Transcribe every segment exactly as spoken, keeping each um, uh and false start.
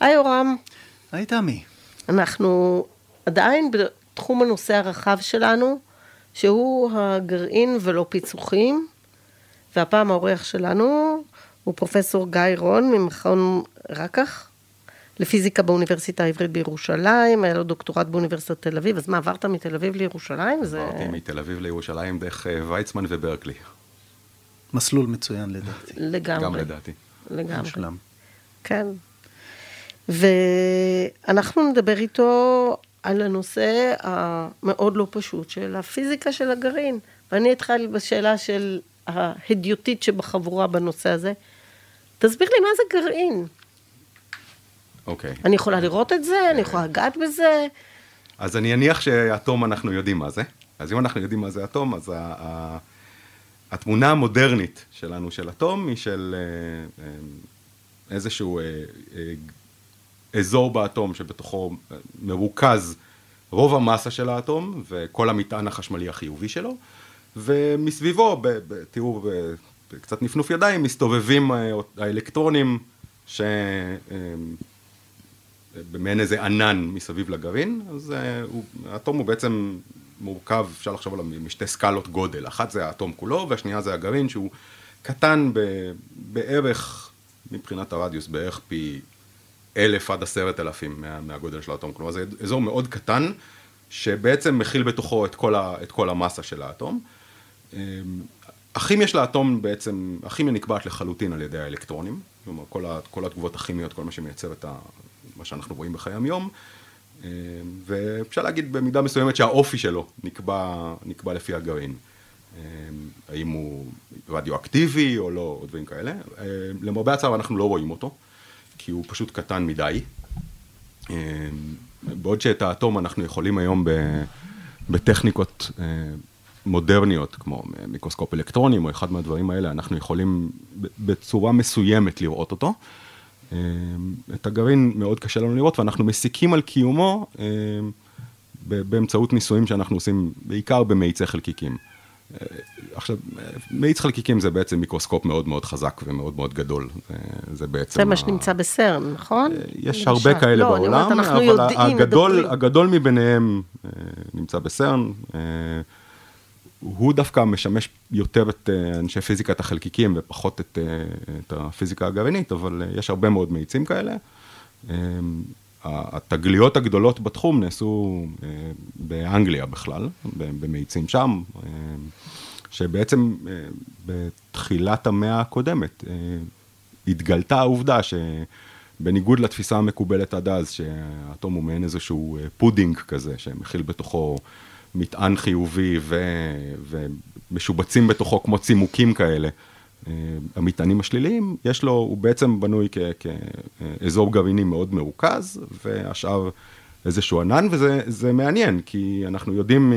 היי אורם. היי תמי. אנחנו עדיין בתחום הנושא הרחב שלנו, שהוא הגרעין ולא פיצוחים, והפעם האורח שלנו הוא פרופסור גיא רון ממכון רקח, לפיזיקה באוניברסיטה העברית בירושלים, היה לו דוקטורט באוניברסיטת תל אביב, אז מה, עברת מתל אביב לירושלים? עברתי זה... מתל אביב לירושלים דרך ויצמן וברקלי. מסלול מצוין לדעתי. לגמרי. גם לדעתי. לגמרי. משלם. כן. ואנחנו נדבר איתו על הנושא המאוד לא פשוט של הפיזיקה של הגרעין. ואני אתחיל בשאלה של ההדיוטית שבחבורה בנושא הזה. תסביר לי מה זה גרעין. אוקיי. אני יכולה לראות את זה, אני יכולה לגעת בזה. אז אני אניח שאטום אנחנו יודעים מה זה. אז אם אנחנו יודעים מה זה אטום, אז ה- התמונה המודרנית שלנו של אטום היא של איזשהו אזור באטום שבתוכו מרוכז רוב המסה של האטום וכל המטען החשמלי החיובי שלו, ומסביבו, תראו, קצת נפנוף ידיים, מסתובבים האלקטרונים ש... במעין איזה ענן מסביב לגרעין, אז האטום הוא בעצם מורכב, אפשר לחשוב עליו משתי סקלות גודל, אחת זה האטום כולו, והשנייה זה הגרעין שהוא קטן בערך, מבחינת הרדיוס, בערך פי אלף עד עשרת אלפים מה, מהגודל של האטום, כלומר זה אזור מאוד קטן, שבעצם מכיל בתוכו את כל, ה, את כל המסה של האטום. הכימיה של האטום בעצם, הכימיה נקבעת לחלוטין על ידי האלקטרונים, כלומר כל, ה, כל התגובות הכימיות, כל מה שמייצר את ה, מה שאנחנו רואים בחיי היום, ואפשר להגיד במידה מסוימת שהאופי שלו נקבע, נקבע לפי הגרעין. האם הוא רדיואקטיבי או לא, או דברים כאלה. למרבה הצער אנחנו לא רואים אותו, כי הוא פשוט קטן מדי. בעוד שאת האטום אנחנו יכולים היום בטכניקות מודרניות, כמו מיקרוסקופ אלקטרונים או אחד מהדברים האלה, אנחנו יכולים בצורה מסוימת לראות אותו. את הגרעין מאוד קשה לנו לראות, ואנחנו מסיקים על קיומו באמצעות ניסויים שאנחנו עושים בעיקר במאיצי חלקיקים. עכשיו, מאיץ חלקיקים זה בעצם מיקרוסקופ מאוד מאוד חזק ומאוד מאוד גדול. זה בעצם... זה מה שנמצא בסרן, נכון? יש הרבה כאלה בעולם, אבל הגדול, הגדול מביניהם נמצא בסרן. הוא דווקא משמש יותר את אנשי פיזיקת החלקיקים ופחות את, את הפיזיקה הגרעינית, אבל יש הרבה מאוד מאיצים כאלה. התגליות הגדולות בתחום נעשו באנגליה בכלל, במאיצים שם, שבעצם בתחילת המאה הקודמת התגלתה העובדה שבניגוד לתפיסה המקובלת עד אז, שהאטום הוא מעין איזשהו פודינג כזה, שמכיל בתוכו מטען חיובי ומשובצים בתוכו כמו צימוקים כאלה, המטענים השליליים, יש לו, הוא בעצם בנוי כאזור גרעיני מאוד מרוכז, והשאר איזשהו ענן, וזה מעניין, כי אנחנו יודעים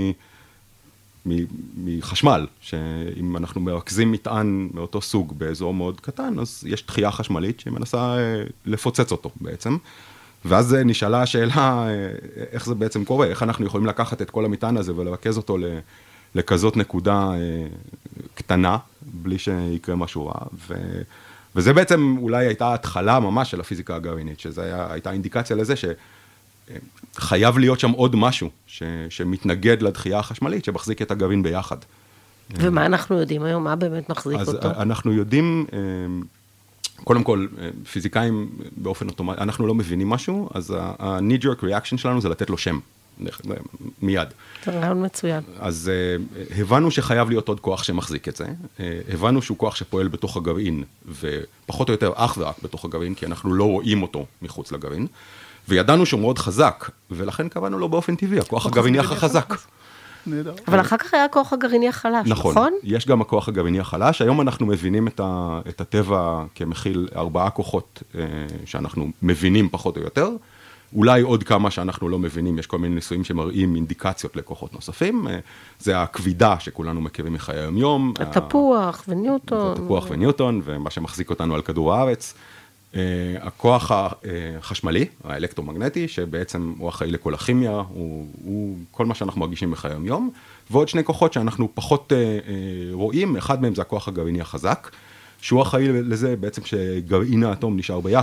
מחשמל, שאם אנחנו מרכזים מטען מאותו סוג באזור מאוד קטן, אז יש דחייה חשמלית שמנסה לפוצץ אותו בעצם, ואז נשאלה השאלה, איך זה בעצם קורה, איך אנחנו יכולים לקחת את כל המטען הזה ולרכז אותו לכזאת נקודה קטנה, בלי שיקרה משהו רע, ו... וזה בעצם אולי הייתה התחלה ממש של הפיזיקה הגרעינית, שזו הייתה אינדיקציה לזה שחייב להיות שם עוד משהו, ש... שמתנגד לדחייה החשמלית, שמחזיק את הגרעין ביחד. ומה אנחנו יודעים היום? מה באמת מחזיק אז אותו? אנחנו יודעים, קודם כל, פיזיקאים באופן אוטומטי, אנחנו לא מבינים משהו, אז ה-knee-jerk reaction שלנו זה לתת לו שם. מיד. זה רעיון מצוין. אז uh, הבנו שחייב להיות עוד כוח שמחזיק את זה, uh, הבנו שהוא כוח שפועל בתוך הגרעין, ופחות או יותר אך ורק בתוך הגרעין, כי אנחנו לא רואים אותו מחוץ לגרעין, וידענו שהוא מאוד חזק, ולכן קבענו לו באופן טבעי, הכוח הגרעיני הכי חזק. אבל אחר כך היה הכוח הגרעיני החלש, נכון? נכון, יש גם הכוח הגרעיני החלש, היום אנחנו מבינים את, ה, את הטבע כמכיל ארבעה כוחות uh, שאנחנו מבינים פחות או יותר, אולי עוד כמה שאנחנו לא מבינים, יש כל מיני ניסויים שמראים אינדיקציות לכוחות נוספים, זה הכבידה שכולנו מכירים מחיי היום-יום. התפוח וניוטון. התפוח וניוטון, ומה שמחזיק אותנו על כדור הארץ. הכוח החשמלי, האלקטרומגנטי, שבעצם הוא אחראי לכל הכימיה, הוא, הוא כל מה שאנחנו מרגישים בחיי היום-יום, ועוד שני כוחות שאנחנו פחות רואים, אחד מהם זה הכוח הגרעיני החזק, שהוא אחראי לזה בעצם שגרעין האטום נשאר ביחד.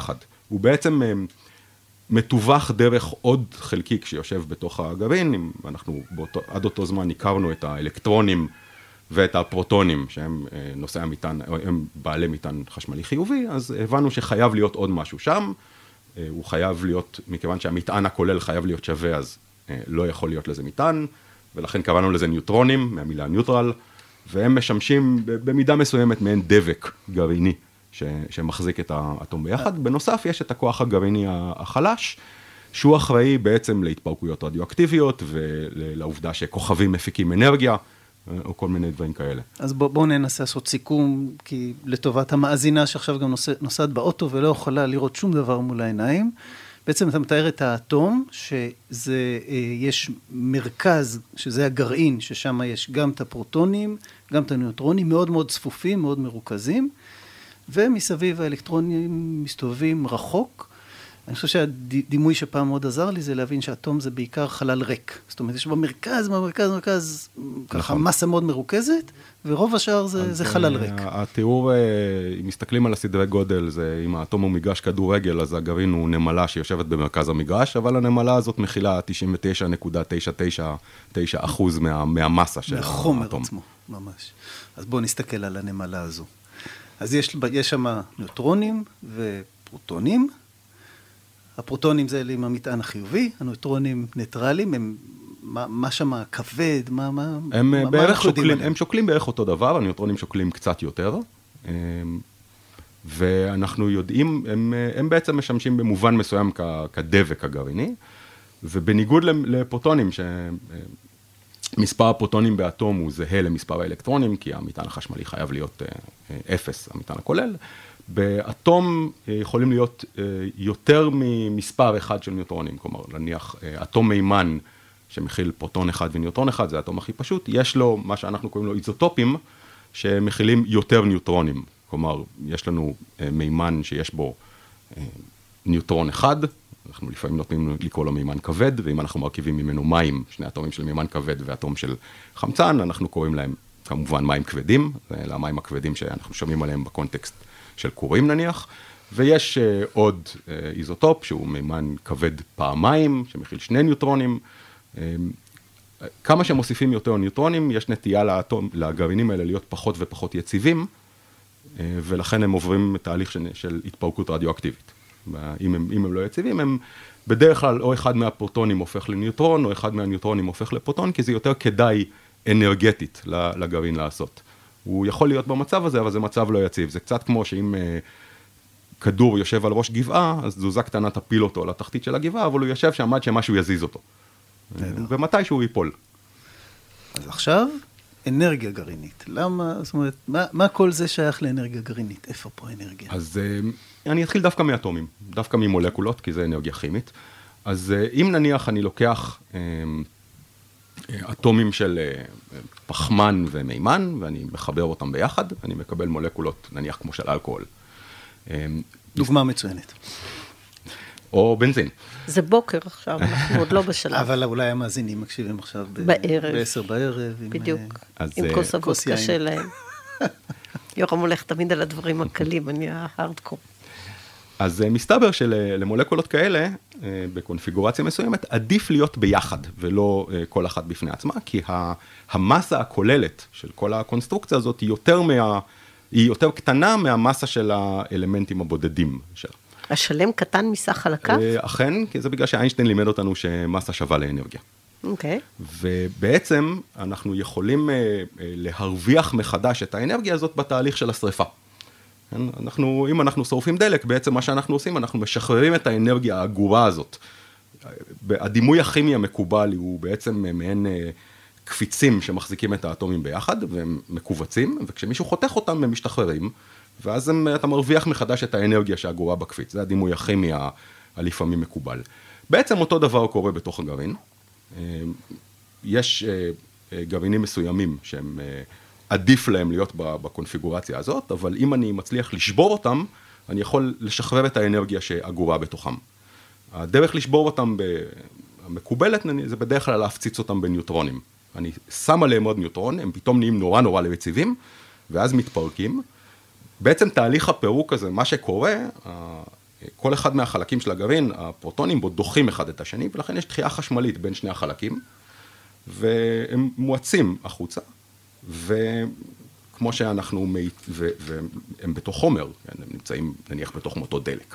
הוא בעצם מתווך דרך עוד חלקיק שיושב בתוך הגרעין, אם אנחנו באותו, עד אותו זמן הכרנו את האלקטרונים ואת הפרוטונים, שהם נושאי המטען, הם בעלי מטען חשמלי חיובי, אז הבנו שחייב להיות עוד משהו שם, הוא חייב להיות, מכיוון שהמטען הכולל חייב להיות שווה, אז לא יכול להיות לזה מטען, ולכן קראנו לזה ניוטרונים, מהמילה ניוטרל, והם משמשים במידה מסוימת מעין דבק גרעיני, ש, שמחזיק את האטום ביחד. בנוסף, יש את הכוח הגרעיני החלש, שהוא אחראי בעצם להתפרקויות רדיואקטיביות, ולעובדה שכוכבים מפיקים אנרגיה, או כל מיני דברים כאלה. אז בואו בוא ננסה לעשות סיכום, כי לטובת המאזינה שעכשיו גם נוסע, נוסעת באוטו ולא יכולה לראות שום דבר מול העיניים, בעצם אתה מתאר את האטום, שזה, יש מרכז, שזה הגרעין, ששם יש גם את הפרוטונים, גם את הניוטרונים, מאוד מאוד צפופים, מאוד מרוכזים, ומסביב האלקטרונים מסתובבים רחוק. אני חושב שהדימוי שפעם מאוד עזר לי, זה להבין שהאטום זה בעיקר חלל ריק. זאת אומרת, יש במרכז, במרכז, במרכז, ככה מסה מאוד מרוכזת, ורוב השאר זה, זה חלל ריק. התיאור, אם מסתכלים על הסדרי גודל, זה אם האטום הוא מגרש כדורגל, אז הגרעין הוא נמלה שיושבת במרכז המגרש, אבל הנמלה הזאת מכילה תשעים ותשע נקודה תשע תשע תשע אחוז מה, מהמסה של האטום. מהחומר עצמו, ממש. אז בואו נסתכל על הנמלה הזו. אז יש, יש שם ניוטרונים ופרוטונים. הפרוטונים זה עם המטען החיובי, הניוטרונים ניטרליים, הם, מה, מה שם כבד, מה, מה, הם מה, בערך מה שוקלים, הם שוקלים בערך אותו דבר, הניוטרונים שוקלים קצת יותר, ואנחנו יודעים, הם, הם בעצם משמשים במובן מסוים כ, כדבק הגרעיני, ובניגוד לפרוטונים, שמספר הפרוטונים באטום הוא זהה למספר האלקטרונים, כי המטען החשמלי חייב להיות אפס, המטען הכולל, באטום יכולים להיות יותר ממספר אחד של ניוטרונים, כלומר, נניח, אטום מימן שמכיל פרוטון אחד וניוטרון אחד, זה האטום הכי פשוט, יש לו, מה שאנחנו קוראים לו איזוטופים, שמכילים יותר ניוטרונים, כלומר, יש לנו מימן שיש בו ניוטרון אחד, אנחנו לפעמים נותנים לקרוא לו מימן כבד, ואם אנחנו מרכיבים ממנו מים, שני אטומים של מימן כבד ואטום של חמצן, אנחנו קוראים להם כמובן מים כבדים, אלה המים הכבדים שאנחנו שומעים עליהם בקונטקסט של קורים נניח, ויש uh, עוד uh, איזוטופ שהוא מימן כבד פעמיים, שמכיל שני ניוטרונים. Uh, כמה שמוסיפים יותר ניוטרונים, יש נטייה לאטום, לגרעינים האלה להיות פחות ופחות יציבים, uh, ולכן הם עוברים תהליך של, של התפרקות רדיואקטיבית. אם הם, אם הם לא יציבים, הם בדרך כלל או אחד מהפרוטונים הופך לניוטרון, או אחד מהניוטרונים הופך לפרוטון, כי זה יותר כדאי אנרגטית לגרעין לעשות. הוא יכול להיות במצב הזה, אבל זה מצב לא יציב. זה קצת כמו שאם uh, כדור יושב על ראש גבעה, אז תזוזה קטנה תפיל אותו לתחתית של הגבעה, אבל הוא יושב שם עד שמשהו יזיז אותו. ומתי שהוא ייפול. אז עכשיו, אנרגיה גרעינית. למה, זאת אומרת, מה, מה כל זה שייך לאנרגיה גרעינית? איפה פה אנרגיה? אז uh, אני אתחיל דווקא מאטומים, דווקא ממולקולות, כי זה אנרגיה כימית. אז uh, אם נניח אני לוקח Uh, אטומים של פחמן ומימן, ואני מחבר אותם ביחד, אני מקבל מולקולות, נניח כמו של אלכוהול. דוגמה מצוינת. או בנזין. זה בוקר עכשיו, אנחנו עוד לא בשלב. אבל אולי המאזינים מקשיבים עכשיו בערב. בעשר בערב. בדיוק, עם כוס אבות קשה להם. יורם הולך תמיד על הדברים הקלים, אני ההארדקור. אז מסתבר שלמולקולות כאלה, בקונפיגורציה מסוימת, עדיף להיות ביחד, ולא כל אחת בפני עצמה, כי המסה הכוללת של כל הקונסטרוקציה הזאת היא יותר, מה, היא יותר קטנה מהמסה של האלמנטים הבודדים שלה. השלם קטן מסך חלקיו? אכן, כי זה בגלל שאיינשטיין לימד אותנו שמסה שווה לאנרגיה. אוקיי. ובעצם אנחנו יכולים להרוויח מחדש את האנרגיה הזאת בתהליך של השריפה. אנחנו, אם אנחנו שורפים דלק, בעצם מה שאנחנו עושים, אנחנו משחררים את האנרגיה האגורה הזאת. הדימוי הכימי המקובל הוא בעצם מעין קפיצים שמחזיקים את האטומים ביחד, והם מקובצים, וכשמישהו חותך אותם הם משתחררים, ואז הם, אתה מרוויח מחדש את האנרגיה שהאגורה בקפיץ. זה הדימוי הכימי הלפעמים מקובל. בעצם אותו דבר קורה בתוך הגרעין. יש גרעינים מסוימים שהם עדיף להם להיות בקונפיגורציה הזאת, אבל אם אני מצליח לשבור אותם, אני יכול לשחרר את האנרגיה שאגורה בתוכם. הדרך לשבור אותם במקובלת, זה בדרך כלל להפציץ אותם בניוטרונים. אני שם עליהם עוד ניוטרון, הם פתאום נהיים נורא נורא לרציבים, ואז מתפרקים. בעצם תהליך הפירוק הזה, מה שקורה, כל אחד מהחלקים של הגרעין, הפרוטונים בו דוחים אחד את השני, ולכן יש דחייה חשמלית בין שני החלקים, והם מואצים החוצה, וכמו שאנחנו, והם בתוך חומר, הם נמצאים נניח בתוך מוטות דלק,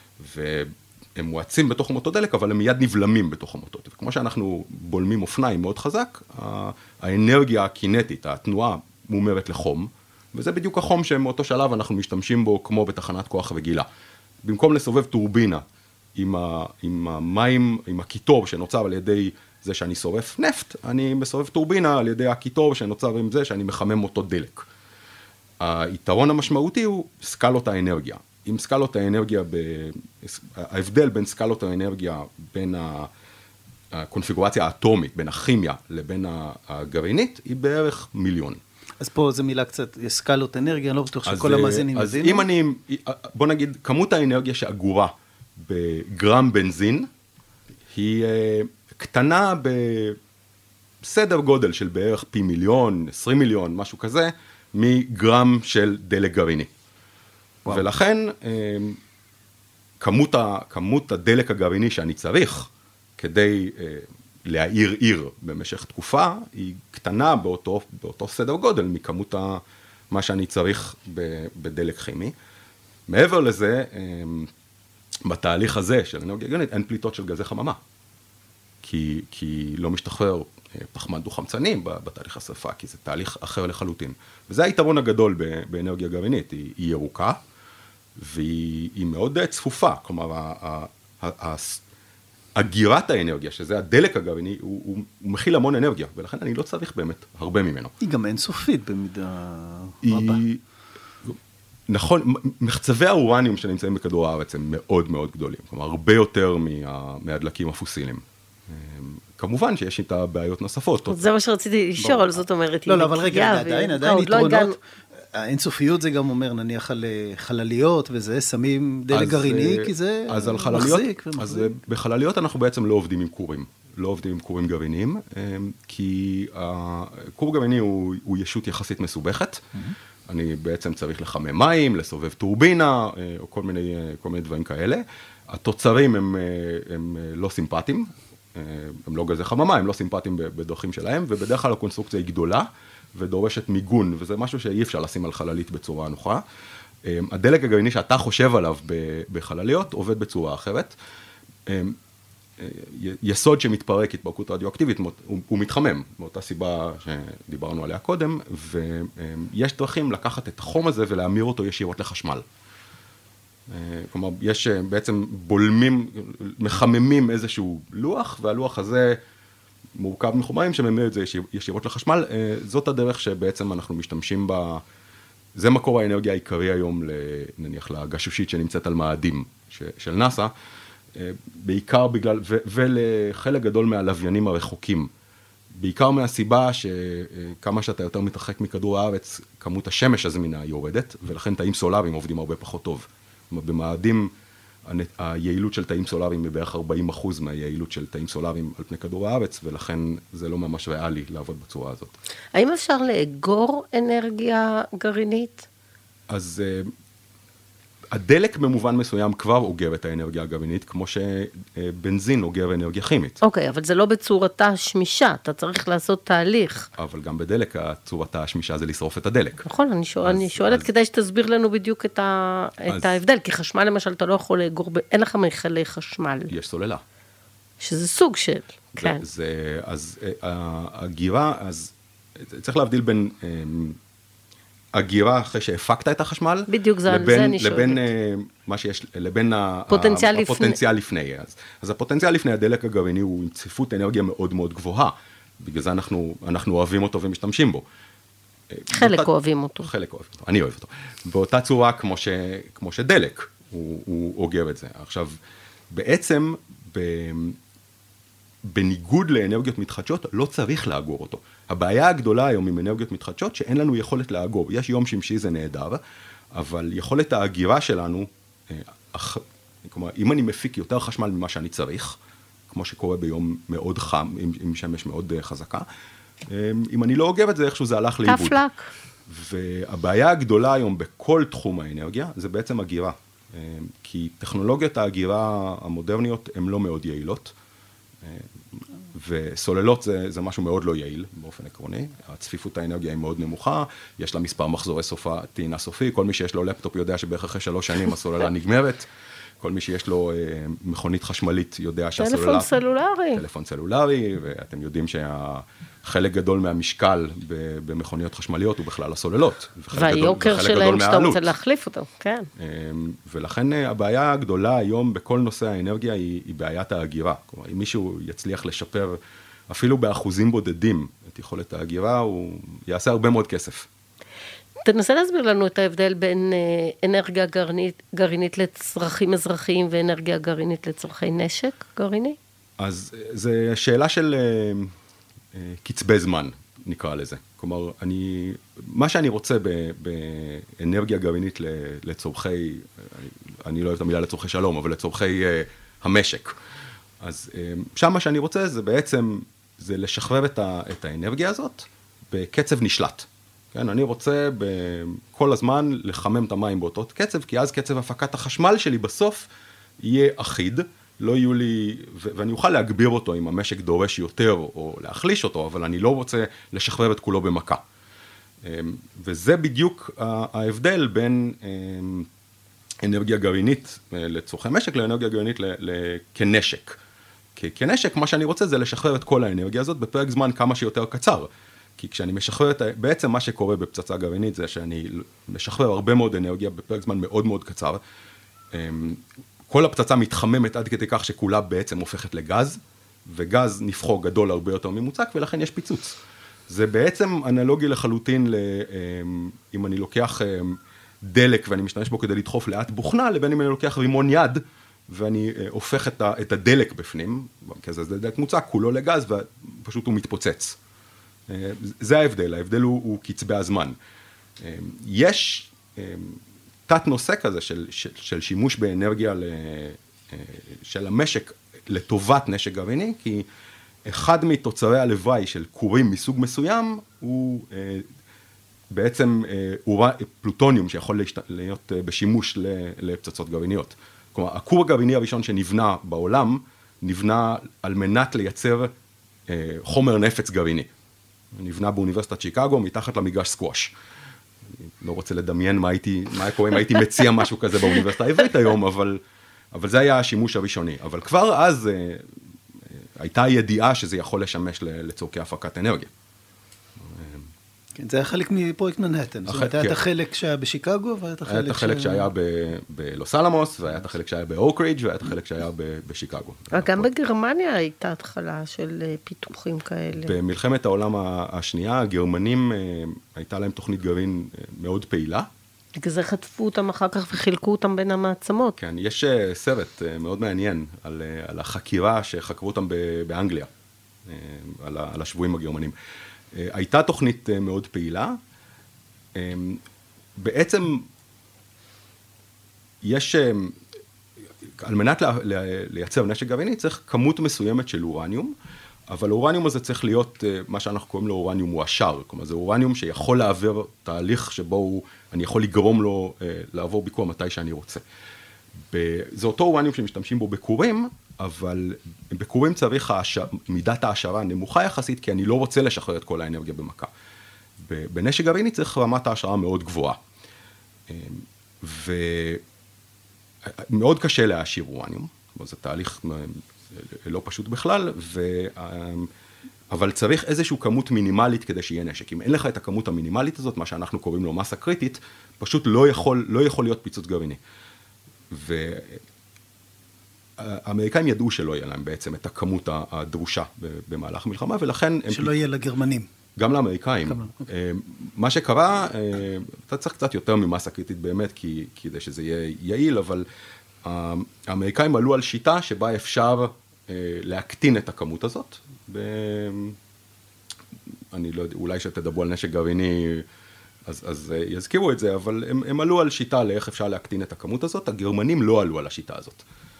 והם מואצים בתוך מוטות דלק, אבל הם מיד נבלמים בתוך המוטות, וכמו שאנחנו בולמים אופניים מאוד חזק, האנרגיה הקינטית, התנועה מומרת לחום, וזה בדיוק החום שמאותו שלב אנחנו משתמשים בו כמו בתחנת כוח רגילה. במקום לסובב טורבינה עם, ה, עם המים, עם הקיטור שנוצר על ידי זה שאני שורף נפט, אני מסובב טורבינה על ידי הקיטור שנוצר עם זה שאני מחמם אותו דלק. היתרון המשמעותי הוא סקלות האנרגיה. עם סקלות האנרגיה, ב... ההבדל בין סקלות האנרגיה בין הקונפיגורציה האטומית, בין הכימיה לבין הגרעינית, היא בערך מיליון. אז פה זו מילה קצת, יש סקלות אנרגיה, אני לא בטוח שכל המאזינים אז מבינים. אם אני, בוא נגיד, כמות האנרגיה שאגורה בגרם בנזין, היא קטנה בסדר גודל של בערך פי מיליון, עשרים מיליון, משהו כזה, מגרם של דלק גרעיני. וואו. ולכן, כמות, ה, כמות הדלק הגרעיני שאני צריך, כדי להעיר עיר במשך תקופה, היא קטנה באותו, באותו סדר גודל מכמות ה, מה שאני צריך בדלק כימי. מעבר לזה, בתהליך הזה של אנרגיה גרעינית, אין פליטות של גזי חממה. כי, כי לא משתחרר פחמן דו-חמצני בתהליך השרפה, כי זה תהליך אחר לחלוטין. וזה היתרון הגדול באנרגיה גרעינית, היא, היא ירוקה, והיא מאוד צפופה. כלומר, ה, ה, ה, אגירת האנרגיה, שזה הדלק הגרעיני, הוא, הוא, הוא מכיל המון אנרגיה, ולכן אני לא צריך באמת הרבה ממנו. היא גם אינסופית במידה היא... רבה. נכון, מחצבי האורניום שנמצאים בכדור הארץ הם מאוד מאוד גדולים, כלומר, הרבה יותר מה, מהדלקים הפוסיליים. כמובן שיש איתה בעיות נוספות. זה מה שרציתי לשאול, זאת אומרת, לא, לא, אבל רגע, עדיין, עדיין יתרונות. האינסופיות זה גם אומר, נניח על חלליות וזה, שמים דלק גרעיני, כי זה מחזיק. אז בחלליות אנחנו בעצם לא עובדים עם קורים, לא עובדים עם קורים גרעיניים, כי הקור גרעיני הוא ישות יחסית מסובכת, אני בעצם צריך לחמם מים, לסובב טורבינה, או כל מיני, כל מיני דברים כאלה. התוצרים הם, הם לא סימפטיים, הם לא גזי חממה, הם לא סימפטיים בדרכים שלהם, ובדרך כלל הקונסטרוקציה היא גדולה, ודורשת מיגון, וזה משהו שאי אפשר לשים על חללית בצורה נוחה. הדלק הגרעיני שאתה חושב עליו בחלליות עובד בצורה אחרת. יסוד שמתפרק התפרקות רדיואקטיבית, הוא מתחמם, מאותה סיבה שדיברנו עליה קודם, ויש דרכים לקחת את החום הזה ולהמיר אותו ישירות לחשמל. כלומר, יש בעצם בולמים, מחממים איזשהו לוח, והלוח הזה מורכב מחומרים שממיר את זה ישירות לחשמל. זאת הדרך שבעצם אנחנו משתמשים בה, זה מקור האנרגיה העיקרי היום, נניח לגשושית שנמצאת על מאדים של נאסא, בעיקר בגלל, ו- ולחלק גדול מהלוויינים הרחוקים, בעיקר מהסיבה שכמה שאתה יותר מתרחק מכדור הארץ, כמות השמש הזמינה יורדת, ולכן תאים סולריים עובדים הרבה פחות טוב. במאדים, היעילות של תאים סולריים היא בערך ארבעים אחוז מהיעילות של תאים סולריים על פני כדור הארץ, ולכן זה לא ממש ריאלי לעבוד בצורה הזאת. האם אפשר לאגור אנרגיה גרעינית? אז הדלק במובן מסוים כבר אוגר את האנרגיה הגרעינית, כמו שבנזין אוגר אנרגיה כימית. אוקיי, אבל זה לא בצורתה השמישה, אתה צריך לעשות תהליך. אבל גם בדלק, צורתה השמישה זה לשרוף את הדלק. נכון, אני, שואל, אז, אני שואלת אז, כדי שתסביר לנו בדיוק את, ה, אז, את ההבדל, כי חשמל למשל אתה לא יכול לאגור, אין לך מכלי חשמל. יש סוללה. שזה סוג של, כן. זה, אז הגירה, אז צריך להבדיל בין הגירה אחרי שהפקת את החשמל, בדיוק זה, לבין, זה אני שואלת. לבין מה שיש, לבין פוטנציאל הפוטנציאל לפני. לפני. אז, אז הפוטנציאל לפני הדלק הגרעיני הוא עם צפיפות אנרגיה מאוד מאוד גבוהה, בגלל זה אנחנו, אנחנו אוהבים אותו ומשתמשים בו. חלק באותה, אוהבים אותו. חלק אוהבים אותו, אני אוהב אותו. באותה צורה כמו, ש, כמו שדלק הוא, הוא אוגר את זה. עכשיו, בעצם, ב, בניגוד לאנרגיות מתחדשות, לא צריך לאגור אותו. הבעיה הגדולה היום עם אנרגיות מתחדשות, שאין לנו יכולת לאגור. יש יום שמשי זה נהדר, אבל יכולת האגירה שלנו, כלומר, אם אני מפיק יותר חשמל ממה שאני צריך, כמו שקורה ביום מאוד חם, עם, עם שמש מאוד חזקה, אם אני לא אוגר את זה, איכשהו זה הלך לאיבוד. תפלק. והבעיה הגדולה היום בכל תחום האנרגיה, זה בעצם אגירה. כי טכנולוגיות ההגירה המודרניות הן לא מאוד יעילות, וסוללות זה, זה משהו מאוד לא יעיל באופן עקרוני, הצפיפות האנרגיה היא מאוד נמוכה, יש לה מספר מחזורי סופה, טעינה סופי, כל מי שיש לו לפטופ יודע שבערך אחרי שלוש שנים הסוללה נגמרת, כל מי שיש לו אה, מכונית חשמלית יודע שהסוללה... טלפון סלולרי. טלפון סלולרי, ואתם יודעים שהחלק גדול מהמשקל במכוניות חשמליות הוא בכלל הסוללות. והיוקר שלהם שאתה רוצה להחליף אותו, כן. אה, ולכן הבעיה הגדולה היום בכל נושא האנרגיה היא, היא בעיית ההגירה. כלומר, אם מישהו יצליח לשפר אפילו באחוזים בודדים את יכולת ההגירה, הוא יעשה הרבה מאוד כסף. תנסה להסביר לנו את ההבדל בין אנרגיה גרעינית, גרעינית לצרכים אזרחיים ואנרגיה גרעינית לצורכי נשק גרעיני? אז זו שאלה של uh, uh, קצבי זמן, נקרא לזה. כלומר, אני, מה שאני רוצה ב, באנרגיה גרעינית לצורכי, אני, אני לא אוהב את המילה לצורכי שלום, אבל לצורכי uh, המשק. אז uh, שם מה שאני רוצה זה בעצם, זה לשחרר את, ה, את האנרגיה הזאת בקצב נשלט. כן, אני רוצה כל הזמן לחמם את המים באותו קצב, כי אז קצב הפקת החשמל שלי בסוף יהיה אחיד, לא יהיו לי, ואני אוכל להגביר אותו אם המשק דורש יותר או להחליש אותו, אבל אני לא רוצה לשחרר את כולו במכה. וזה בדיוק ההבדל בין אנרגיה גרעינית לצורכי משק לאנרגיה גרעינית כנשק. כנשק, מה שאני רוצה זה לשחרר את כל האנרגיה הזאת בפרק זמן כמה שיותר קצר. כי כשאני משחרר את, בעצם מה שקורה בפצצה גרעינית זה שאני משחרר הרבה מאוד אנרגיה בפרק זמן מאוד מאוד קצר. כל הפצצה מתחממת עד כדי כך שכולה בעצם הופכת לגז, וגז נפחו גדול הרבה יותר ממוצק, ולכן יש פיצוץ. זה בעצם אנלוגי לחלוטין, אם אני לוקח דלק ואני משתמש בו כדי לדחוף לאט בוכנה, לבין אם אני לוקח רימון יד, ואני הופך את הדלק בפנים, כי זה דלק מוצק, כולו לגז, ופשוט הוא מתפוצץ. זה ההבדל, ההבדל הוא, הוא קצבי הזמן. יש תת נושא כזה של, של, של שימוש באנרגיה ל, של המשק לטובת נשק גרעיני, כי אחד מתוצרי הלוואי של כורים מסוג מסוים הוא בעצם פלוטוניום שיכול להיות בשימוש לפצצות גרעיניות. כלומר, הכור הגרעיני הראשון שנבנה בעולם, נבנה על מנת לייצר חומר נפץ גרעיני. נבנה באוניברסיטת שיקגו, מתחת למגרש סקווש. אני לא רוצה לדמיין מה הייתי, מה היה קורה אם הייתי מציע משהו כזה באוניברסיטה העברית היום, אבל, אבל זה היה השימוש הראשוני. אבל כבר אז אה, הייתה ידיעה שזה יכול לשמש לצורכי הפקת אנרגיה. כן, זה היה חלק מפרויקט מנהטן. זאת אומרת, היה את החלק שהיה בשיקגו, והיה את החלק... היה את החלק שהיה בלוס אלמוס, והיה את החלק שהיה באוקרידג' והיה את החלק שהיה בשיקגו. גם בגרמניה הייתה התחלה של פיתוחים כאלה. במלחמת העולם השנייה, הגרמנים, הייתה להם תוכנית גרעין מאוד פעילה. בגלל זה חטפו אותם אחר כך וחילקו אותם בין המעצמות. כן, יש סרט מאוד מעניין על, על החקירה שחקרו אותם באנגליה, על, על השבויים הגרמנים. הייתה תוכנית מאוד פעילה, בעצם יש, על מנת לייצר נשק גרעיני צריך כמות מסוימת של אורניום, אבל האורניום הזה צריך להיות מה שאנחנו קוראים לו אורניום מועשר, כלומר זה אורניום שיכול לעבור תהליך שבו הוא, אני יכול לגרום לו לעבור ביקוע מתי שאני רוצה. זה אותו אורניום שמשתמשים בו בכורים, אבל בכורים צריך מידת העשרה נמוכה יחסית, כי אני לא רוצה לשחרר את כל האנרגיה במכה. בנשק גרעיני צריך רמת העשרה מאוד גבוהה. ומאוד קשה להעשיר אורניום, זה תהליך לא פשוט בכלל, ו... אבל צריך איזושהי כמות מינימלית כדי שיהיה נשק. אם אין לך את הכמות המינימלית הזאת, מה שאנחנו קוראים לו מסה קריטית, פשוט לא יכול, לא יכול להיות פיצוץ גרעיני. ו... האמריקאים ידעו שלא יהיה להם בעצם את הכמות הדרושה במהלך המלחמה, ולכן... שלא יהיה לגרמנים. גם לאמריקאים. מה שקרה, אתה צריך קצת יותר ממסה קריטית באמת, כדי שזה יהיה יעיל, אבל האמריקאים עלו על שיטה שבה אפשר להקטין את הכמות הזאת. אני לא יודע, אולי שתדברו על נשק גרעיני, אז, אז יזכירו את זה, אבל הם, הם עלו על שיטה לאיך אפשר להקטין את הכמות הזאת, הגרמנים לא עלו על השיטה הזאת.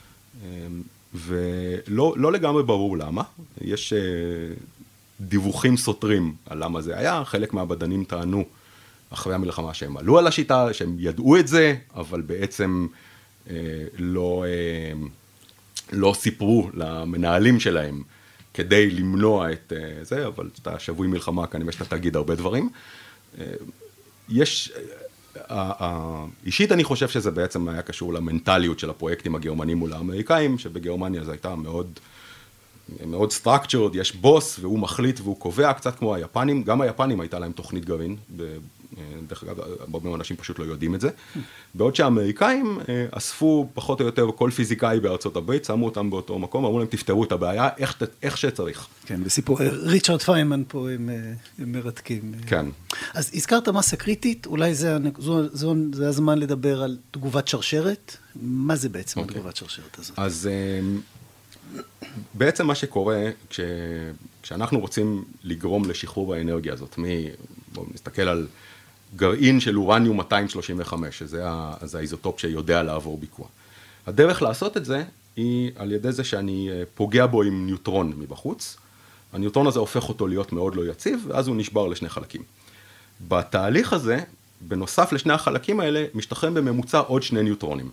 ולא לא לגמרי ברור למה, יש דיווחים סותרים על למה זה היה, חלק מהבדנים טענו אחרי המלחמה שהם עלו על השיטה, שהם ידעו את זה, אבל בעצם לא, לא סיפרו למנהלים שלהם כדי למנוע את זה, אבל אתה שבוי מלחמה, כנראה שאתה תגיד הרבה דברים. יש, אישית אני חושב שזה בעצם היה קשור למנטליות של הפרויקטים הגרמנים מול האמריקאים, שבגרמניה זה הייתה מאוד, מאוד structured, יש בוס והוא מחליט והוא קובע, קצת כמו היפנים, גם היפנים הייתה להם תוכנית גרעין, דרך אגב, הרבה אנשים פשוט לא יודעים את זה, בעוד שהאמריקאים אספו פחות או יותר כל פיזיקאי בארצות הברית, שמו אותם באותו מקום, אמרו להם תפתרו את הבעיה איך, איך שצריך. כן, בסיפור, ריצ'רד פיינמן פה הם, הם מרתקים. כן. אז הזכרת מסה קריטית, אולי זה, זה, זה, זה הזמן לדבר על תגובת שרשרת, מה זה בעצם okay. התגובת שרשרת הזאת? אז בעצם מה שקורה, כש, כשאנחנו רוצים לגרום לשחרור האנרגיה הזאת, מ, בואו נסתכל על גרעין של אורניום מאתיים שלושים וחמש, שזה האיזוטופ שיודע לעבור ביקוע. הדרך לעשות את זה היא על ידי זה שאני פוגע בו עם ניוטרון מבחוץ, הניוטרון הזה הופך אותו להיות מאוד לא יציב, ואז הוא נשבר לשני חלקים. בתהליך הזה, בנוסף לשני החלקים האלה, משתחררים בממוצע עוד שני ניוטרונים.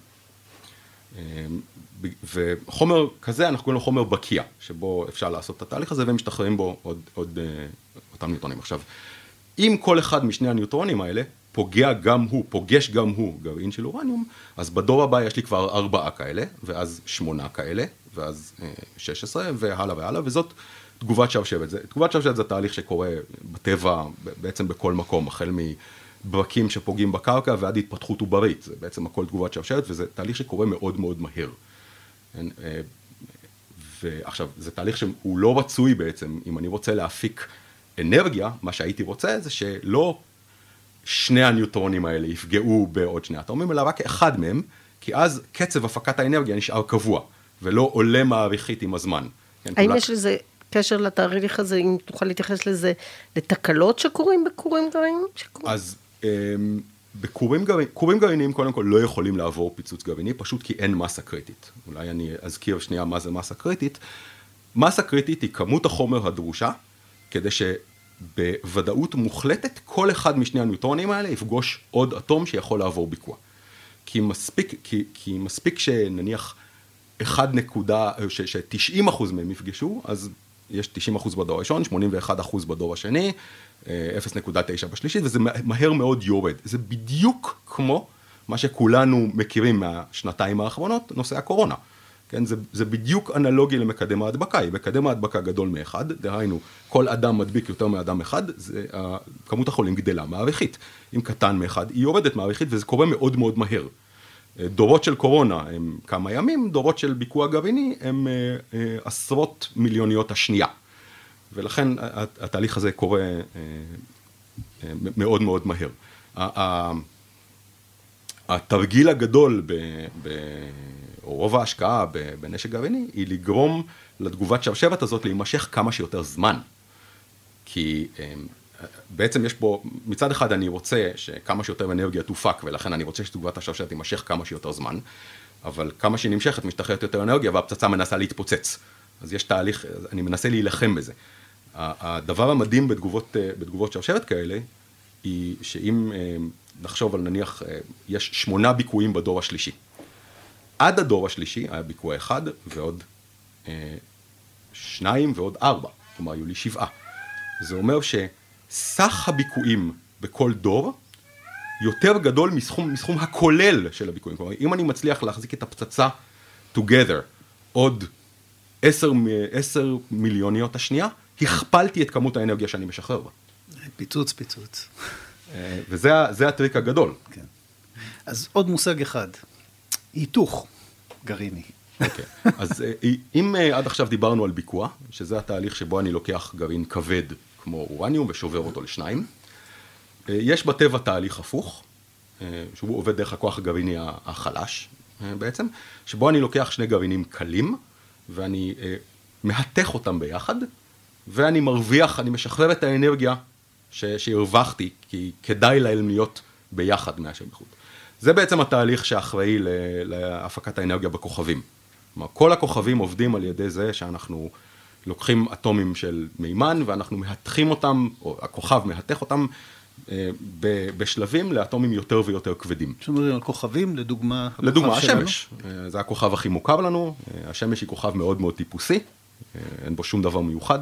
וחומר כזה אנחנו קוראים לו חומר בקיע, שבו אפשר לעשות את התהליך הזה, והם משתחררים בו עוד, עוד אותם ניוטרונים. עכשיו, אם כל אחד משני הניוטרונים האלה פוגע גם הוא, פוגש גם הוא גרעין של אורניום, אז בדור הבא יש לי כבר ארבעה כאלה, ואז שמונה כאלה, ואז שש עשרה, והלאה והלאה, וזאת תגובת שרשרת. תגובת שרשרת זה תהליך שקורה בטבע, בעצם בכל מקום, החל מברקים שפוגעים בקרקע ועד התפתחות עוברית. זה בעצם הכל תגובת שרשרת, וזה תהליך שקורה מאוד מאוד מהר. ועכשיו, זה תהליך שהוא לא רצוי בעצם, אם אני רוצה להפיק אנרגיה, מה שהייתי רוצה זה שלא שני הניוטרונים האלה יפגעו בעוד שני אטומים, אלא רק אחד מהם, כי אז קצב הפקת האנרגיה נשאר קבוע, ולא עולה מעריכית עם הזמן. האם יש לזה קשר לתאריך הזה, אם תוכל להתייחס לזה, לתקלות שקורים בקורים גרעיניים? אז בקורים גרעיניים, קורים גרעיניים קודם כל לא יכולים לעבור פיצוץ גרעיני, פשוט כי אין מסה קריטית. אולי אני אזכיר שנייה מה זה מסה קריטית. מסה קריטית היא כמות החומר הדרושה, כדי שבוודאות מוחלטת כל אחד משני הניוטרונים האלה יפגוש עוד אטום שיכול לעבור ביקוע. כי מספיק, כי, כי מספיק שנניח אחד נקודה, ש-תשעים אחוז מהם יפגשו, אז יש תשעים אחוז בדור הראשון, שמונים ואחד אחוז בדור השני, אפס נקודה תשע בשלישית, וזה מהר מאוד יורד. זה בדיוק כמו מה שכולנו מכירים מהשנתיים האחרונות, נושא הקורונה. כן, זה, זה בדיוק אנלוגי למקדם ההדבקה, היא מקדם ההדבקה גדול מאחד, דהיינו, כל אדם מדביק יותר מאדם אחד, זה, כמות החולים גדלה מעריכית. אם קטן מאחד, היא יורדת מעריכית, וזה קורה מאוד מאוד מהר. דורות של קורונה הם כמה ימים, דורות של ביקוע גרעיני הם עשרות מיליוניות השנייה. ולכן התהליך הזה קורה מאוד מאוד מהר. התרגיל הגדול ב... ב או רוב ההשקעה בנשק גרעיני, היא לגרום לתגובת שרשרת הזאת להימשך כמה שיותר זמן. כי בעצם יש פה, מצד אחד אני רוצה שכמה שיותר אנרגיה תופק, ולכן אני רוצה שתגובת השרשרת תימשך כמה שיותר זמן, אבל כמה שהיא נמשכת, משתחררת יותר אנרגיה, והפצצה מנסה להתפוצץ. אז יש תהליך, אני מנסה להילחם בזה. הדבר המדהים בתגובות, בתגובות שרשרת כאלה, היא שאם נחשוב על נניח, יש שמונה ביקועים בדור השלישי. עד הדור השלישי היה ביקוע אחד ועוד אה, שניים ועוד ארבע, כלומר היו לי שבעה. זה אומר שסך הביקועים בכל דור יותר גדול מסכום, מסכום הכולל של הביקועים. כלומר, אם אני מצליח להחזיק את הפצצה together עוד עשר, עשר מיליוניות השנייה, הכפלתי את כמות האנרגיה שאני משחרר בה. פיצוץ, פיצוץ. וזה זה הטריק הגדול. כן. אז עוד מושג אחד. היתוך גרעיני. אוקיי, אז אם עד עכשיו דיברנו על ביקוע, שזה התהליך שבו אני לוקח גרעין כבד כמו אורניום ושובר אותו לשניים, יש בטבע תהליך הפוך, שהוא עובד דרך הכוח הגרעיני החלש בעצם, שבו אני לוקח שני גרעינים קלים, ואני מהתך אותם ביחד, ואני מרוויח, אני משחרר את האנרגיה שהרווחתי, כי כדאי להם להיות ביחד מאשר בחוץ. זה בעצם התהליך שאחראי להפקת האנרגיה בכוכבים. כלומר, כל הכוכבים עובדים על ידי זה שאנחנו לוקחים אטומים של מימן, ואנחנו מהתכים אותם, או הכוכב מהתך אותם בשלבים לאטומים יותר ויותר כבדים. שמדברים על כוכבים, לדוגמה, לדוגמה, השמש. זה הכוכב הכי מוכר לנו. השמש היא כוכב מאוד מאוד טיפוסי, אין בו שום דבר מיוחד.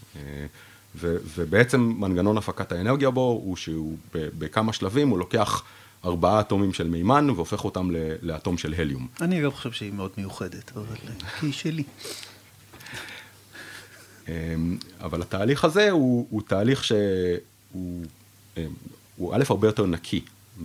ובעצם מנגנון הפקת האנרגיה בו הוא שהוא בכמה שלבים, הוא לוקח ארבעה אטומים של מימן והופך אותם לאטום של הליום. אני אגב חושב שהיא מאוד מיוחדת, אבל כי היא שלי. אבל התהליך הזה הוא, הוא תהליך שהוא, הוא א' הרבה יותר נקי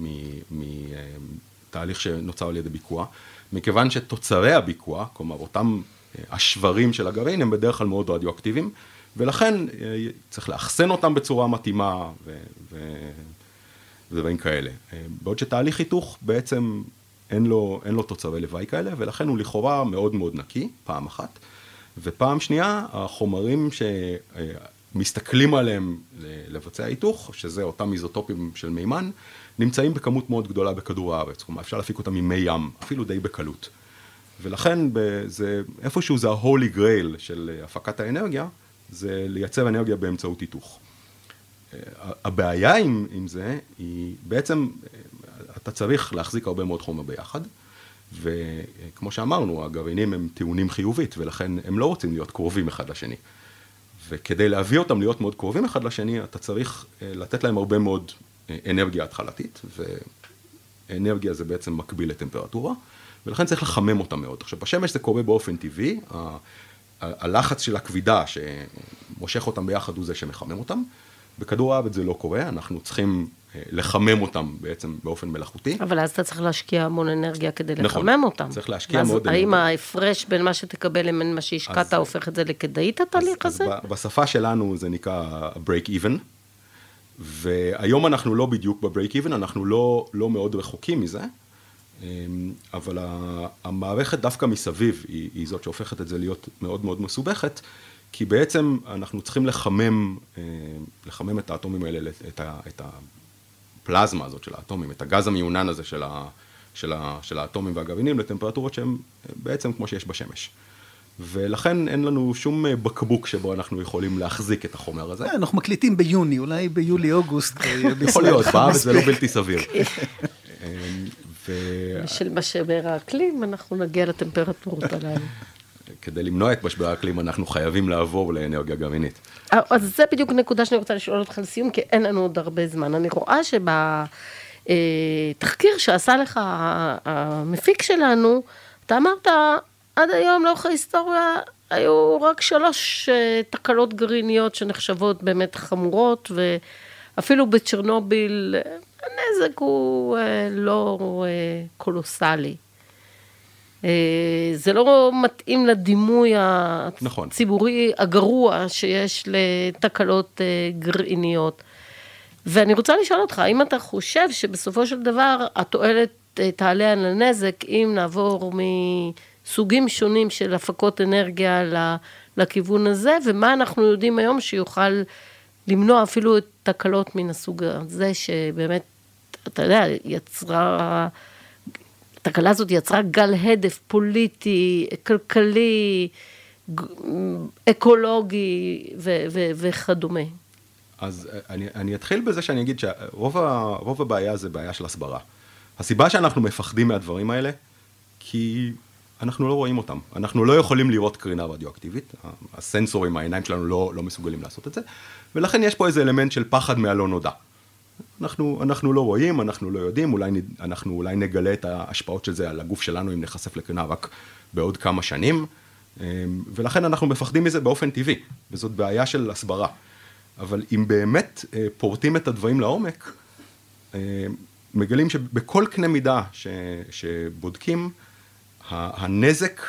מתהליך שנוצר על ידי ביקוע, מכיוון שתוצרי הביקוע, כלומר אותם השברים של הגרעין, הם בדרך כלל מאוד רדיואקטיביים, ולכן צריך לאחסן אותם בצורה מתאימה ו... ו... ודברים כאלה. בעוד שתהליך חיתוך בעצם אין לו, אין לו תוצרי לוואי כאלה, ולכן הוא לכאורה מאוד מאוד נקי, פעם אחת. ופעם שנייה, החומרים שמסתכלים עליהם לבצע היתוך, שזה אותם איזוטופים של מימן, נמצאים בכמות מאוד גדולה בכדור הארץ. כלומר, אפשר להפיק אותם ממי ים, אפילו די בקלות. ולכן זה, איפשהו זה ה-holy grail של הפקת האנרגיה, זה לייצר אנרגיה באמצעות היתוך. הבעיה עם, עם זה היא בעצם, אתה צריך להחזיק הרבה מאוד חומר ביחד, וכמו שאמרנו, הגרעינים הם טיעונים חיובית, ולכן הם לא רוצים להיות קרובים אחד לשני. וכדי להביא אותם להיות מאוד קרובים אחד לשני, אתה צריך לתת להם הרבה מאוד אנרגיה התחלתית, ואנרגיה זה בעצם מקביל לטמפרטורה, ולכן צריך לחמם אותם מאוד. עכשיו, בשמש זה קורה באופן טבעי, הלחץ של הכבידה שמושך אותם ביחד הוא זה שמחמם אותם, בכדור הארץ זה לא קורה, אנחנו צריכים לחמם אותם בעצם באופן מלאכותי. אבל אז אתה צריך להשקיע המון אנרגיה כדי נכון, לחמם אותם. צריך להשקיע מאוד אנרגיה. האם ההפרש בין מה שתקבל לבין מה שהשקעת הופך את זה לכדאית התהליך הזה? אז בשפה שלנו זה נקרא break even, והיום אנחנו לא בדיוק ב-break even, אנחנו לא, לא מאוד רחוקים מזה, אבל המערכת דווקא מסביב היא, היא זאת שהופכת את זה להיות מאוד מאוד מסובכת, כי בעצם אנחנו צריכים לחמם, לחמם את האטומים האלה, את, ה, את הפלזמה הזאת של האטומים, את הגז המיונן הזה של, ה, של, ה, של האטומים והגרעינים לטמפרטורות שהן בעצם כמו שיש בשמש. ולכן אין לנו שום בקבוק שבו אנחנו יכולים להחזיק את החומר הזה. אנחנו מקליטים ביוני, אולי ביולי-אוגוסט. יכול להיות, בארץ זה לא בלתי סביר. בשל משבר האקלים אנחנו נגיע לטמפרטורות הללו. כדי למנוע את משבר האקלים, אנחנו חייבים לעבור לאנרגיה גרעינית. אז זה בדיוק נקודה שאני רוצה לשאול אותך לסיום, כי אין לנו עוד הרבה זמן. אני רואה שבתחקיר שעשה לך המפיק שלנו, אתה אמרת, עד היום לאורך ההיסטוריה, היו רק שלוש תקלות גרעיניות שנחשבות באמת חמורות, ואפילו בצ'רנוביל, הנזק הוא לא קולוסלי. זה לא מתאים לדימוי הציבורי הגרוע שיש לתקלות גרעיניות. ואני רוצה לשאול אותך, האם אתה חושב שבסופו של דבר התועלת תעלה על הנזק, אם נעבור מסוגים שונים של הפקות אנרגיה לכיוון הזה, ומה אנחנו יודעים היום שיוכל למנוע אפילו את תקלות מן הסוג הזה, שבאמת, אתה יודע, יצרה... התקלה הזאת יצרה גל הדף פוליטי, כלכלי, אקולוגי ו- ו- וכדומה. אז אני, אני אתחיל בזה שאני אגיד שרוב ה, רוב הבעיה זה בעיה של הסברה. הסיבה שאנחנו מפחדים מהדברים האלה, כי אנחנו לא רואים אותם. אנחנו לא יכולים לראות קרינה רדיואקטיבית, הסנסורים, העיניים שלנו לא, לא מסוגלים לעשות את זה, ולכן יש פה איזה אלמנט של פחד מהלא נודע. אנחנו, אנחנו לא רואים, אנחנו לא יודעים, אולי, אנחנו אולי נגלה את ההשפעות של זה על הגוף שלנו, אם נחשף לקרינה רק בעוד כמה שנים, ולכן אנחנו מפחדים מזה באופן טבעי, וזאת בעיה של הסברה. אבל אם באמת פורטים את הדברים לעומק, מגלים שבכל קנה מידה ש, שבודקים, הנזק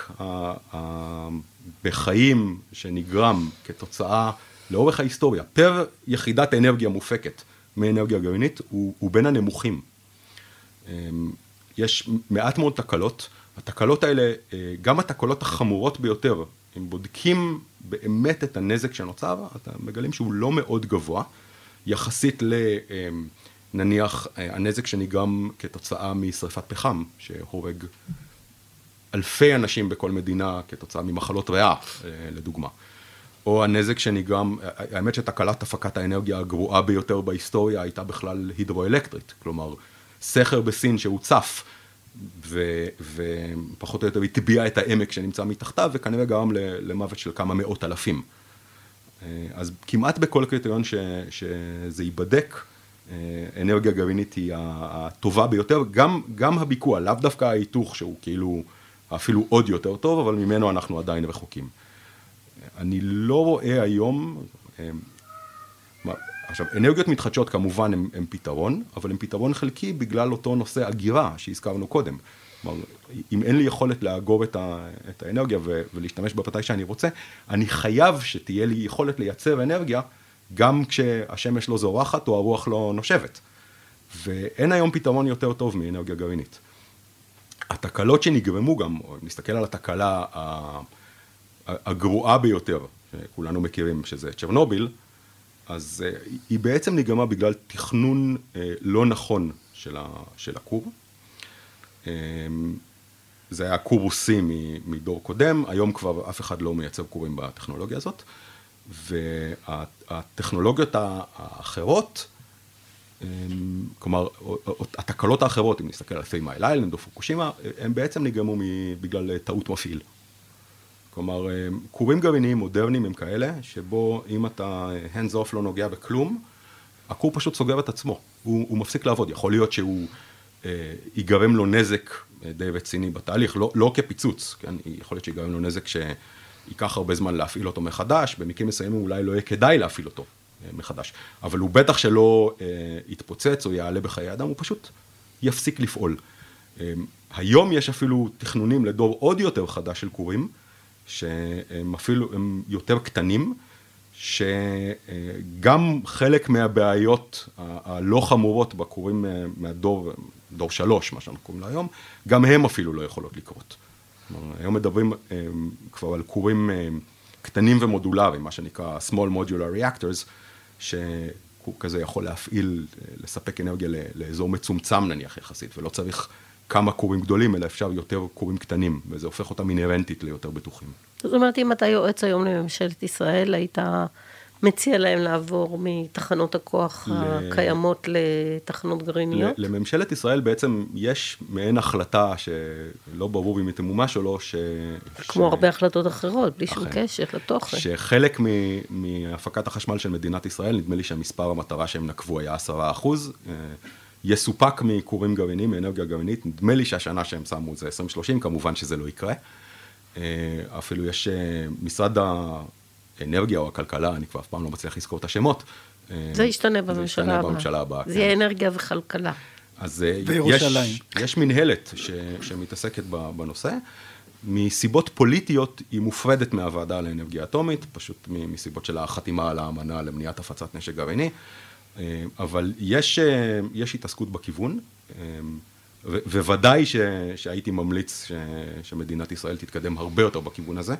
בחיים שנגרם כתוצאה לאורך ההיסטוריה, פר יחידת אנרגיה מופקת, מאנרגיה גרעינית, הוא, הוא בין הנמוכים. יש מעט מאוד תקלות, התקלות האלה, גם התקלות החמורות ביותר, אם בודקים באמת את הנזק שנוצר, אתם מגלים שהוא לא מאוד גבוה, יחסית לנניח הנזק שנגרם כתוצאה משריפת פחם, שהורג אלפי אנשים בכל מדינה כתוצאה ממחלות ריאה, לדוגמה. או הנזק שנגרם, האמת שתקלת הפקת האנרגיה הגרועה ביותר בהיסטוריה הייתה בכלל הידרואלקטרית, כלומר, סכר בסין שהוא צף, ו, ופחות או יותר הטביע את העמק שנמצא מתחתיו, וכנראה גרם למוות של כמה מאות אלפים. אז כמעט בכל קריטריון ש, שזה ייבדק, אנרגיה גרעינית היא הטובה ביותר, גם, גם הביקוע, לאו דווקא ההיתוך שהוא כאילו אפילו עוד יותר טוב, אבל ממנו אנחנו עדיין רחוקים. אני לא רואה היום, עכשיו, אנרגיות מתחדשות כמובן הם, הם פתרון, אבל הם פתרון חלקי בגלל אותו נושא אגירה שהזכרנו קודם. כלומר, אם אין לי יכולת לאגור את, ה, את האנרגיה ו, ולהשתמש בפתי שאני רוצה, אני חייב שתהיה לי יכולת לייצר אנרגיה, גם כשהשמש לא זורחת או הרוח לא נושבת. ואין היום פתרון יותר טוב מאנרגיה גרעינית. התקלות שנגרמו גם, או אם נסתכל על התקלה הגרועה ביותר, שכולנו מכירים, שזה צ'רנוביל, אז היא בעצם נגרמה בגלל תכנון לא נכון של, ה, של הכור. זה היה כור רוסי מדור קודם, היום כבר אף אחד לא מייצר כורים בטכנולוגיה הזאת, והטכנולוגיות האחרות, כלומר, התקלות האחרות, אם נסתכל על ת'רי מייל איילנד או פוקושימה, הן בעצם נגרמו בגלל טעות מפעיל. כלומר, כורים גרעיניים מודרניים הם כאלה, שבו אם אתה hands off לא נוגע בכלום, הכור פשוט סוגר את עצמו, הוא, הוא מפסיק לעבוד. יכול להיות שהוא אה, ייגרם לו נזק די רציני בתהליך, לא, לא כפיצוץ, כן? יכול להיות שיגרם לו נזק שייקח הרבה זמן להפעיל אותו מחדש, במקרים מסוימים אולי לא יהיה כדאי להפעיל אותו אה, מחדש, אבל הוא בטח שלא אה, יתפוצץ או יעלה בחיי אדם, הוא פשוט יפסיק לפעול. אה, היום יש אפילו תכנונים לדור עוד יותר חדש של כורים, שהם אפילו, הם יותר קטנים, שגם חלק מהבעיות הלא חמורות בכורים מהדור, דור שלוש, מה שאנחנו קוראים לה היום, גם הם אפילו לא יכולות לקרות. היום מדברים כבר על כורים קטנים ומודולריים, מה שנקרא small modular reactors, שכור כזה יכול להפעיל, לספק אנרגיה לאזור מצומצם נניח יחסית, ולא צריך כמה כורים גדולים, אלא אפשר יותר כורים קטנים, וזה הופך אותם אינהרנטית ליותר בטוחים. זאת אומרת, אם אתה יועץ היום לממשלת ישראל, היית מציע להם לעבור מתחנות הכוח הקיימות לתחנות גרעיניות? לממשלת ישראל בעצם יש מעין החלטה שלא ברור אם היא תמומש או לא, ש... כמו הרבה החלטות אחרות, בלי שום קשר לתוכן. שחלק מהפקת החשמל של מדינת ישראל, נדמה לי שהמספר המטרה שהם נקבו היה עשרה אחוז, יסופק מכורים גרעיניים, מאנרגיה גרעינית, נדמה לי שהשנה שהם שמו זה עשרים שלושים, כמובן שזה לא יקרה. אפילו יש משרד האנרגיה או הכלכלה, אני כבר אף פעם לא מצליח לזכור את השמות. זה ישתנה בממשלה הבאה. בממשלה הבאה. זה יהיה אנרגיה וכלכלה. אז יש, יש מנהלת ש, שמתעסקת בנושא. מסיבות פוליטיות היא מופרדת מהוועדה לאנרגיה אטומית, פשוט מסיבות של החתימה על האמנה למניעת הפצת נשק גרעיני. אבל יש, יש התעסקות בכיוון, וודאי ש, שהייתי ממליץ ש, שמדינת ישראל תתקדם הרבה יותר בכיוון הזה,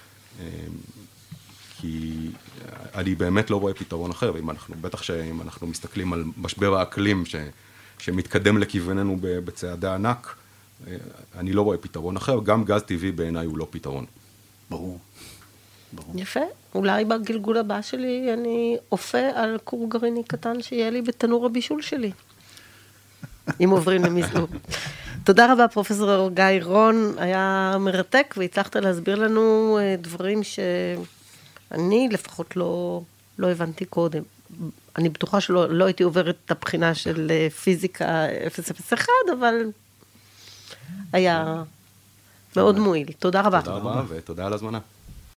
כי אני באמת לא רואה פתרון אחר, ואם אנחנו, בטח שאם אנחנו מסתכלים על משבר האקלים ש, שמתקדם לכיווננו בצעדי ענק, אני לא רואה פתרון אחר, גם גז טבעי בעיניי הוא לא פתרון. ברור. ברור. יפה, אולי בגלגול הבא שלי אני אופה על כור גרעיני קטן שיהיה לי בתנור הבישול שלי. אם עוברים למזעור. תודה רבה פרופסור גיא רון, היה מרתק והצלחת להסביר לנו דברים שאני לפחות לא, לא הבנתי קודם. אני בטוחה שלא לא הייתי עוברת את הבחינה של פיזיקה אפס אפס אחת, אבל היה מאוד מועיל. תודה רבה. תודה רבה ותודה על הזמנה.